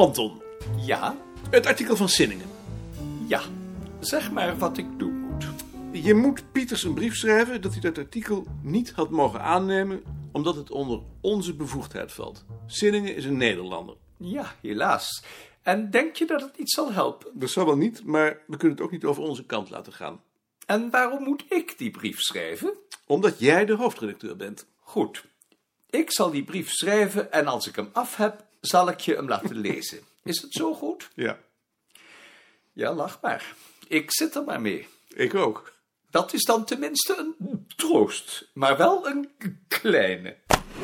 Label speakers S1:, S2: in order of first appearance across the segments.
S1: Anton,
S2: Ja?
S1: het artikel van Sinningen.
S2: Ja. Zeg maar wat ik doen moet.
S1: Je moet Pieters een brief schrijven dat hij dat artikel niet had mogen aannemen, omdat het onder onze bevoegdheid valt. Sinningen is een Nederlander.
S2: Ja, helaas. En denk je dat het iets zal helpen?
S1: Dat zal wel niet, maar we kunnen het ook niet over onze kant laten gaan.
S2: En waarom moet ik die brief schrijven?
S1: Omdat jij de hoofdredacteur bent.
S2: Goed. Ik zal die brief schrijven en als ik hem af heb, zal ik je hem laten lezen. Is het zo goed?
S1: Ja,
S2: Ja, lach maar. Ik zit er maar mee.
S1: ik ook.
S2: Dat is dan tenminste een troost, maar wel een kleine.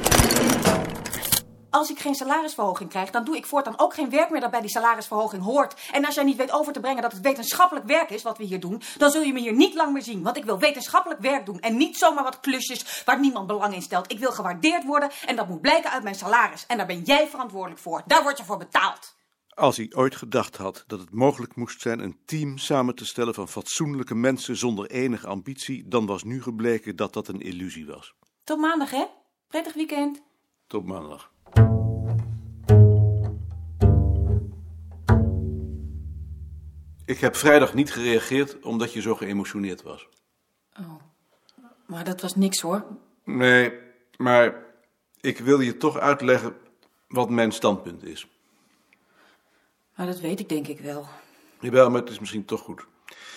S3: Als ik geen salarisverhoging krijg, dan doe ik voortaan ook geen werk meer dat bij die salarisverhoging hoort. En als jij niet weet over te brengen dat het wetenschappelijk werk is wat we hier doen, dan zul je me hier niet lang meer zien. Want ik wil wetenschappelijk werk doen en niet zomaar wat klusjes waar niemand belang in stelt. Ik wil gewaardeerd worden en dat moet blijken uit mijn salaris. En daar ben jij verantwoordelijk voor. Daar word je voor betaald.
S1: Als hij ooit gedacht had dat het mogelijk moest zijn een team samen te stellen van fatsoenlijke mensen zonder enige ambitie, dan was nu gebleken dat dat een illusie was.
S3: Tot maandag, hè? Prettig weekend.
S1: Tot maandag. Ik heb vrijdag niet gereageerd omdat je zo geëmotioneerd was.
S3: Oh, maar dat was niks hoor.
S1: Nee, maar ik wil je toch uitleggen wat mijn standpunt is.
S3: Maar dat weet ik denk ik wel.
S1: Jawel, maar het is misschien toch goed.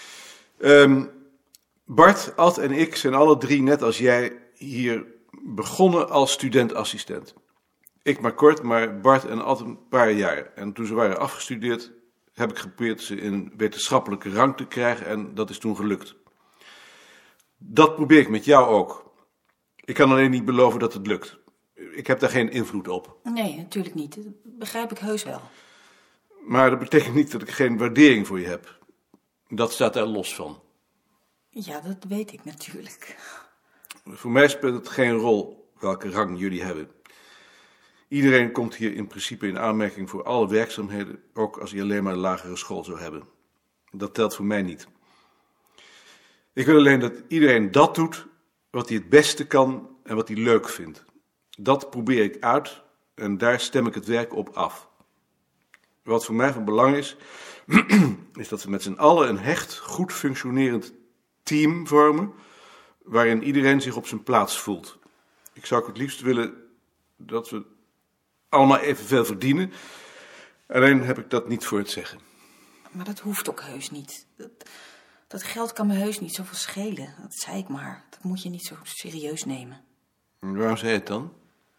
S1: Bart, Ad en ik zijn alle drie, net als jij, hier begonnen als studentassistent. Ik maar kort, maar Bart en Ad een paar jaar. En toen ze waren afgestudeerd, heb ik geprobeerd ze in wetenschappelijke rang te krijgen en dat is toen gelukt. Dat probeer ik met jou ook. Ik kan alleen niet beloven dat het lukt. Ik heb daar geen invloed op.
S3: Nee, natuurlijk niet. Dat begrijp ik heus wel.
S1: Maar dat betekent niet dat ik geen waardering voor je heb. Dat staat daar los van.
S3: Ja, dat weet ik natuurlijk.
S1: Voor mij speelt het geen rol welke rang jullie hebben. Iedereen komt hier in principe in aanmerking voor alle werkzaamheden, ook als hij alleen maar een lagere school zou hebben. Dat telt voor mij niet. Ik wil alleen dat iedereen dat doet wat hij het beste kan en wat hij leuk vindt. Dat probeer ik uit en daar stem ik het werk op af. Wat voor mij van belang is, is dat we met z'n allen een hecht, goed functionerend team vormen, waarin iedereen zich op zijn plaats voelt. Ik zou ook het liefst willen dat we allemaal evenveel verdienen, alleen heb ik dat niet voor het zeggen.
S3: Maar dat hoeft ook heus niet. Dat geld kan me heus niet zoveel schelen. Dat zei ik maar. Dat moet je niet zo serieus nemen.
S1: En waarom zei je het dan?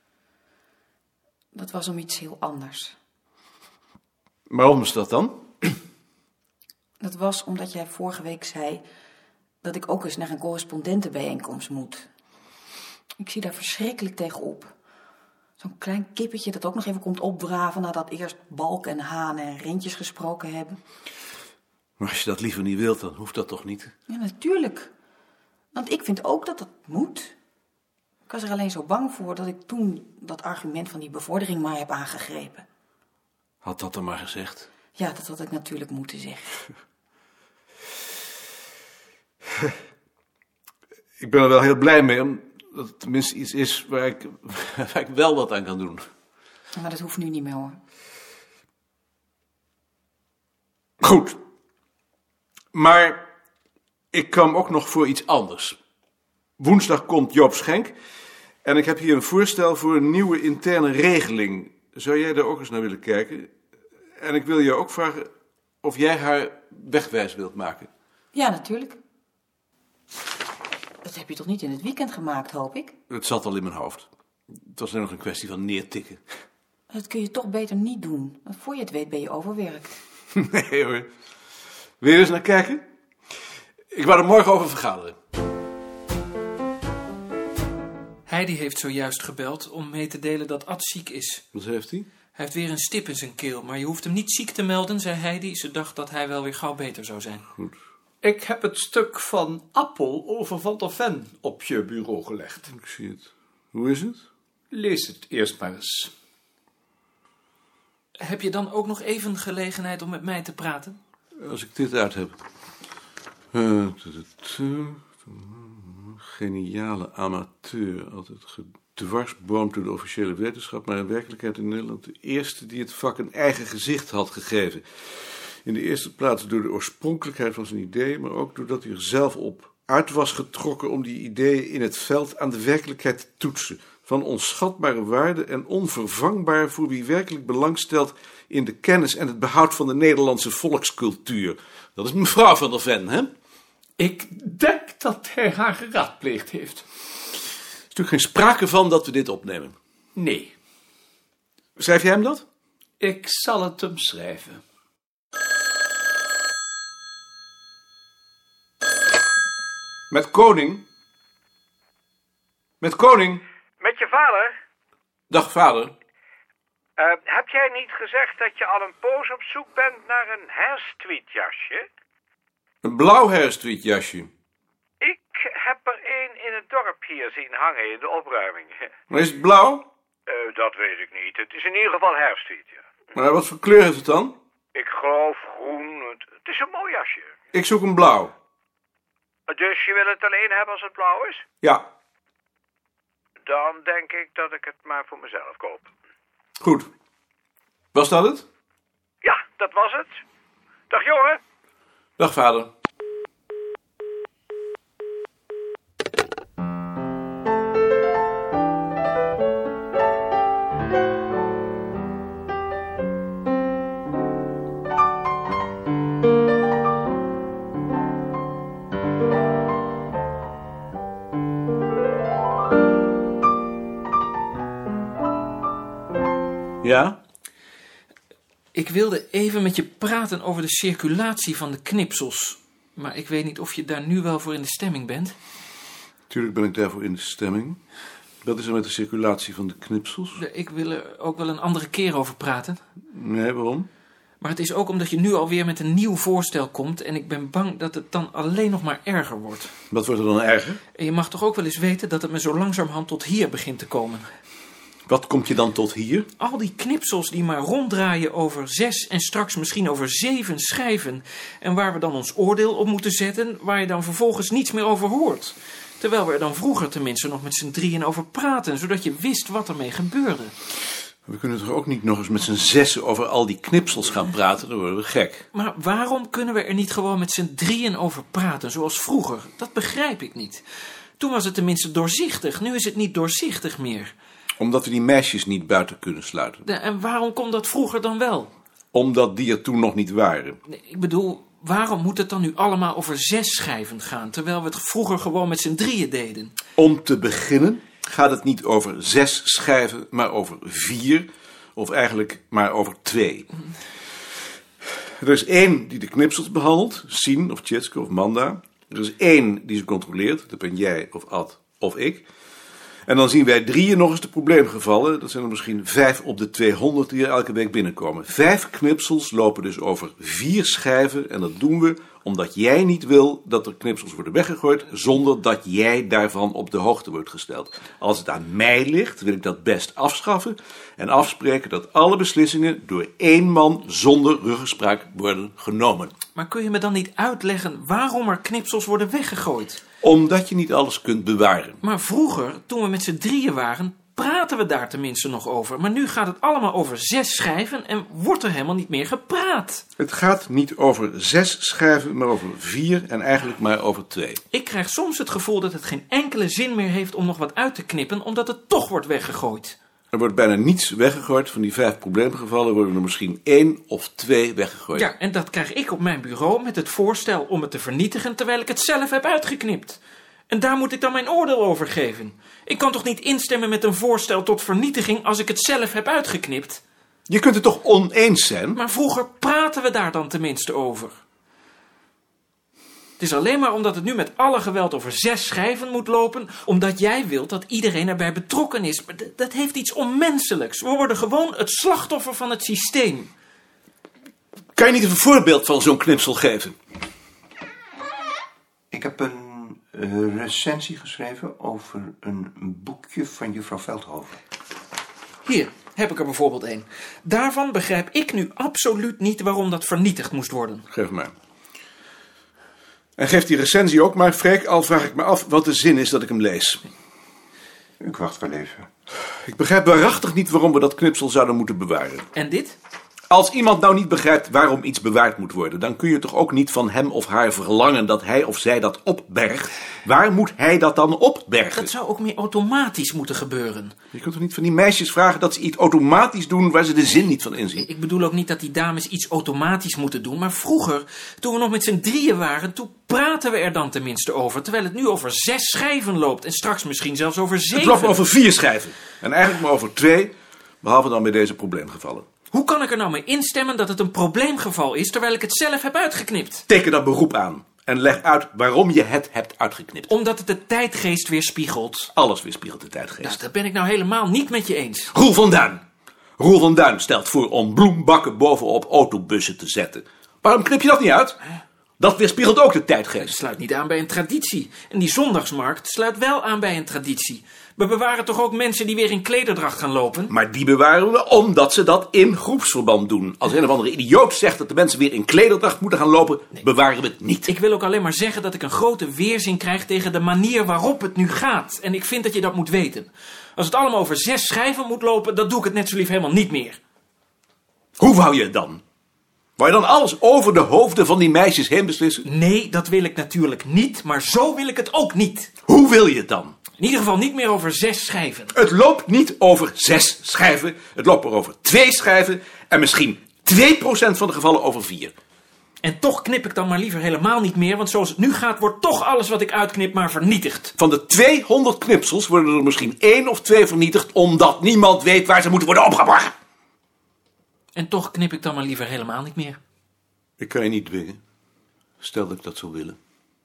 S3: Dat was om iets heel anders.
S1: Waarom is dat dan?
S3: Dat was omdat jij vorige week zei dat ik ook eens naar een correspondentenbijeenkomst moet. Ik zie daar verschrikkelijk tegenop. Zo'n klein kippetje dat ook nog even komt opdraven nadat eerst Balk en Haan en Rentjes gesproken hebben.
S1: Maar als je dat liever niet wilt, dan hoeft dat toch niet?
S3: Ja, natuurlijk. Want ik vind ook dat dat moet. Ik was er alleen zo bang voor dat ik toen dat argument van die bevordering maar heb aangegrepen.
S1: Had dat dan maar gezegd.
S3: Ja, dat had ik natuurlijk moeten zeggen.
S1: Ik ben er wel heel blij mee, omdat het tenminste iets is waar ik wel wat aan kan doen.
S3: Maar dat hoeft nu niet meer hoor.
S1: Goed. Maar ik kwam ook nog voor iets anders. Woensdag komt Joop Schenk en ik heb hier een voorstel voor een nieuwe interne regeling. Zou jij daar ook eens naar willen kijken? En ik wil je ook vragen of jij haar wegwijs wilt maken.
S3: Ja, natuurlijk. Dat heb je toch niet in het weekend gemaakt, hoop ik?
S1: Het zat al in mijn hoofd. Het was alleen nog een kwestie van neertikken.
S3: Dat kun je toch beter niet doen. Want voor je het weet ben je overwerkt.
S1: Nee hoor. Wil je eens naar kijken? Ik wou er morgen over vergaderen.
S4: Heidi heeft zojuist gebeld om mee te delen dat Ad ziek is.
S1: Wat heeft hij?
S4: Hij heeft weer een stip in zijn keel, maar je hoeft hem niet ziek te melden, zei Heidi. Ze dacht dat hij wel weer gauw beter zou zijn.
S1: Goed.
S2: Ik heb het stuk van Appel over Van der Ven op je bureau gelegd.
S1: Ik zie het. Hoe is het?
S2: Lees het eerst maar eens.
S4: Heb je dan ook nog even gelegenheid om met mij te praten?
S1: Als ik dit uit heb. Geniale amateur, altijd gedwarsboomd door de officiële wetenschap, maar in werkelijkheid in Nederland de eerste die het vak een eigen gezicht had gegeven. In de eerste plaats door de oorspronkelijkheid van zijn ideeën, maar ook doordat hij er zelf op uit was getrokken om die ideeën in het veld aan de werkelijkheid te toetsen. Van onschatbare waarde en onvervangbaar voor wie werkelijk belang stelt in de kennis en het behoud van de Nederlandse volkscultuur. Dat is mevrouw Van der Ven, hè?
S2: Ik denk dat hij haar geraadpleegd heeft.
S1: Er is natuurlijk geen sprake van dat we dit opnemen.
S2: Nee,
S1: Schrijf jij hem dat?
S2: ik zal het hem schrijven.
S1: Met Koning. Met Koning.
S5: Met je vader?
S1: Dag, vader.
S5: Heb jij niet gezegd dat je al een poos op zoek bent naar een herstweetjasje?
S1: Een blauw herstweetjasje.
S5: Ik heb er één in het dorp hier zien hangen in de opruiming.
S1: Maar is het blauw?
S5: Dat weet ik niet. Het is in ieder geval herfstweet, ja.
S1: Maar wat voor kleur heeft het dan?
S5: Ik geloof groen. Het is een mooi jasje.
S1: Ik zoek een blauw.
S5: Dus je wil het alleen hebben als het blauw is?
S1: Ja,
S5: Dan denk ik dat ik het maar voor mezelf koop.
S1: goed. Was dat het?
S5: Ja, dat was het. Dag jongen.
S1: Dag, vader. Ja?
S4: Ik wilde even met je praten over de circulatie van de knipsels. Maar ik weet niet of je daar nu wel voor in de stemming bent.
S1: Tuurlijk ben ik daarvoor in de stemming. Wat is er met de circulatie van de knipsels?
S4: Ik wil er ook wel een andere keer over praten.
S1: Nee, waarom?
S4: Maar het is ook omdat je nu alweer met een nieuw voorstel komt. En ik ben bang dat het dan alleen nog maar erger wordt.
S1: Wat wordt er dan erger?
S4: En je mag toch ook wel eens weten dat het me zo langzamerhand tot hier begint te komen.
S1: Wat komt je dan tot hier?
S4: Al die knipsels die maar ronddraaien over 6 en straks misschien over 7 schijven. En waar we dan ons oordeel op moeten zetten, waar je dan vervolgens niets meer over hoort. Terwijl we er dan vroeger tenminste nog met z'n drieën over praten, zodat je wist wat ermee gebeurde.
S1: We kunnen toch ook niet nog eens met z'n zessen over al die knipsels gaan praten? Dan worden we gek.
S4: Maar waarom kunnen we er niet gewoon met z'n drieën over praten, zoals vroeger? Dat begrijp ik niet. Toen was het tenminste doorzichtig, nu is het niet doorzichtig meer.
S1: Omdat we die meisjes niet buiten kunnen sluiten.
S4: En waarom kon dat vroeger dan wel?
S1: Omdat die er toen nog niet waren.
S4: Nee, ik bedoel, waarom moet het dan nu allemaal over 6 schijven gaan, terwijl we het vroeger gewoon met z'n drieën deden?
S1: Om te beginnen gaat het niet over 6 schijven, maar over 4. Of eigenlijk maar over 2. Er is 1 die de knipsels behandelt, Sien of Tjitske of Manda. Er is 1 die ze controleert, dat ben jij of Ad of ik. En dan zien wij 3 nog eens de probleemgevallen. Dat zijn er misschien 5 op de 200 die er elke week binnenkomen. 5 knipsels lopen dus over 4 schijven. En dat doen we omdat jij niet wil dat er knipsels worden weggegooid, zonder dat jij daarvan op de hoogte wordt gesteld. Als het aan mij ligt, wil ik dat best afschaffen en afspreken dat alle beslissingen door 1 man zonder ruggespraak worden genomen.
S4: Maar kun je me dan niet uitleggen waarom er knipsels worden weggegooid?
S1: Omdat je niet alles kunt bewaren.
S4: Maar vroeger, toen we met z'n drieën waren, praten we daar tenminste nog over. Maar nu gaat het allemaal over 6 schijven en wordt er helemaal niet meer gepraat.
S1: Het gaat niet over 6 schijven, maar over 4 en eigenlijk maar over 2.
S4: Ik krijg soms het gevoel dat het geen enkele zin meer heeft om nog wat uit te knippen, omdat het toch wordt weggegooid.
S1: Er wordt bijna niets weggegooid. Van die 5 probleemgevallen worden er misschien 1 of 2 weggegooid.
S4: Ja, en dat krijg ik op mijn bureau met het voorstel om het te vernietigen, terwijl ik het zelf heb uitgeknipt. En daar moet ik dan mijn oordeel over geven. Ik kan toch niet instemmen met een voorstel tot vernietiging als ik het zelf heb uitgeknipt?
S1: Je kunt het toch oneens zijn?
S4: Maar vroeger praten we daar dan tenminste over. Het is alleen maar omdat het nu met alle geweld over 6 schijven moet lopen, omdat jij wilt dat iedereen erbij betrokken is. Maar dat heeft iets onmenselijks. We worden gewoon het slachtoffer van het systeem.
S1: Kan je niet een voorbeeld van zo'n knipsel geven?
S6: Ik heb een recensie geschreven over een boekje van juffrouw Veldhoven.
S4: Hier heb ik er bijvoorbeeld een. Daarvan begrijp ik nu absoluut niet waarom dat vernietigd moest worden.
S1: Geef maar. En geef die recensie ook maar, Freek, al vraag ik me af wat de zin is dat ik hem lees.
S6: Ik wacht wel even.
S1: Ik begrijp waarachtig niet waarom we dat knipsel zouden moeten bewaren.
S4: En dit?
S1: Als iemand nou niet begrijpt waarom iets bewaard moet worden, dan kun je toch ook niet van hem of haar verlangen dat hij of zij dat opbergt. Waar moet hij dat dan opbergen?
S4: Dat zou ook meer automatisch moeten gebeuren.
S1: Je kunt toch niet van die meisjes vragen dat ze iets automatisch doen waar ze de zin niet van inzien?
S4: Ik bedoel ook niet dat die dames iets automatisch moeten doen, maar vroeger, toen we nog met z'n drieën waren, toen praten we er dan tenminste over, terwijl het nu over 6 schijven loopt en straks misschien zelfs over 7.
S1: Het loopt maar over 4 schijven. En eigenlijk maar over 2, behalve dan bij deze probleemgevallen.
S4: Hoe kan ik er nou mee instemmen dat het een probleemgeval is, terwijl ik het zelf heb uitgeknipt?
S1: Teken dat beroep aan en leg uit waarom je het hebt uitgeknipt.
S4: Omdat het de tijdgeest weerspiegelt.
S1: Alles weerspiegelt de tijdgeest.
S4: Nou, dat ben ik nou helemaal niet met je eens.
S1: Roel van Duin. Roel van Duin stelt voor om bloembakken bovenop autobussen te zetten. Waarom knip je dat niet uit? Dat weerspiegelt ook de
S4: Het
S1: tijdgeest.
S4: sluit niet aan bij een traditie. En die zondagsmarkt sluit wel aan bij een traditie. We bewaren toch ook mensen die weer in klederdracht gaan lopen?
S1: Maar die bewaren we omdat ze dat in groepsverband doen. Als een of andere idioot zegt dat de mensen weer in klederdracht moeten gaan lopen, bewaren we het niet.
S4: Ik wil ook alleen maar zeggen dat ik een grote weerzin krijg tegen de manier waarop het nu gaat. En ik vind dat je dat moet weten. Als het allemaal over 6 schijven moet lopen, dan doe ik het net zo lief helemaal niet meer.
S1: Hoe wou je het dan? Wou je dan alles over de hoofden van die meisjes heen beslissen?
S4: Nee, dat wil ik natuurlijk niet, maar zo wil ik het ook niet.
S1: Hoe wil je het dan?
S4: In ieder geval niet meer over 6 schijven.
S1: Het loopt niet over 6 schijven. Het loopt er over 2 schijven. En misschien 2% van de gevallen over 4.
S4: En toch knip ik dan maar liever helemaal niet meer, want zoals het nu gaat, wordt toch alles wat ik uitknip maar vernietigd.
S1: Van de 200 knipsels worden er misschien 1 of 2 vernietigd, omdat niemand weet waar ze moeten worden opgebracht.
S4: En toch knip ik dan maar liever helemaal niet meer.
S1: Ik kan je niet dwingen. Stel dat ik dat zou willen.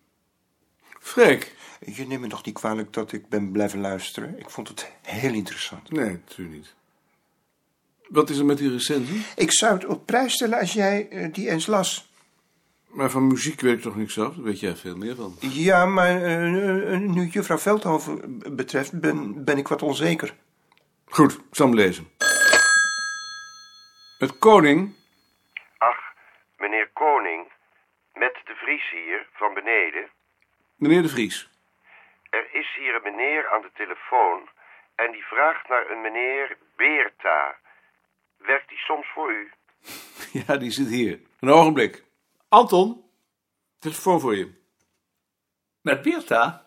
S1: Freek.
S6: Je neemt me nog niet kwalijk dat ik ben blijven luisteren. Ik vond het heel interessant.
S1: Nee, natuurlijk niet. Wat is er met die recensie?
S6: Ik zou het op prijs stellen als jij die eens las.
S1: Maar van muziek weet ik toch niks af? Daar weet jij veel meer van.
S6: Ja, maar nu juffrouw Veldhoven betreft, ben ik wat onzeker.
S1: Goed, ik zal hem lezen. Het Koning.
S7: Ach, meneer Koning, met de Vries hier, van beneden.
S1: Meneer de Vries.
S7: Er is hier een meneer aan de telefoon en die vraagt naar een meneer Beerta. Werkt die soms voor u?
S1: Ja, die zit hier. Een ogenblik. Anton, telefoon voor je.
S2: Met Beerta?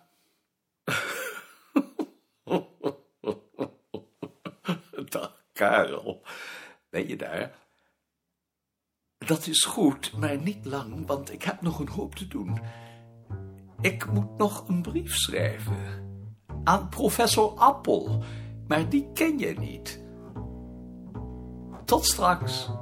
S2: Dag, Karel. Ben je daar? Dat is goed, maar niet lang, want ik heb nog een hoop te doen. Ik moet nog een brief schrijven. Aan professor Appel, maar die ken je niet. Tot straks.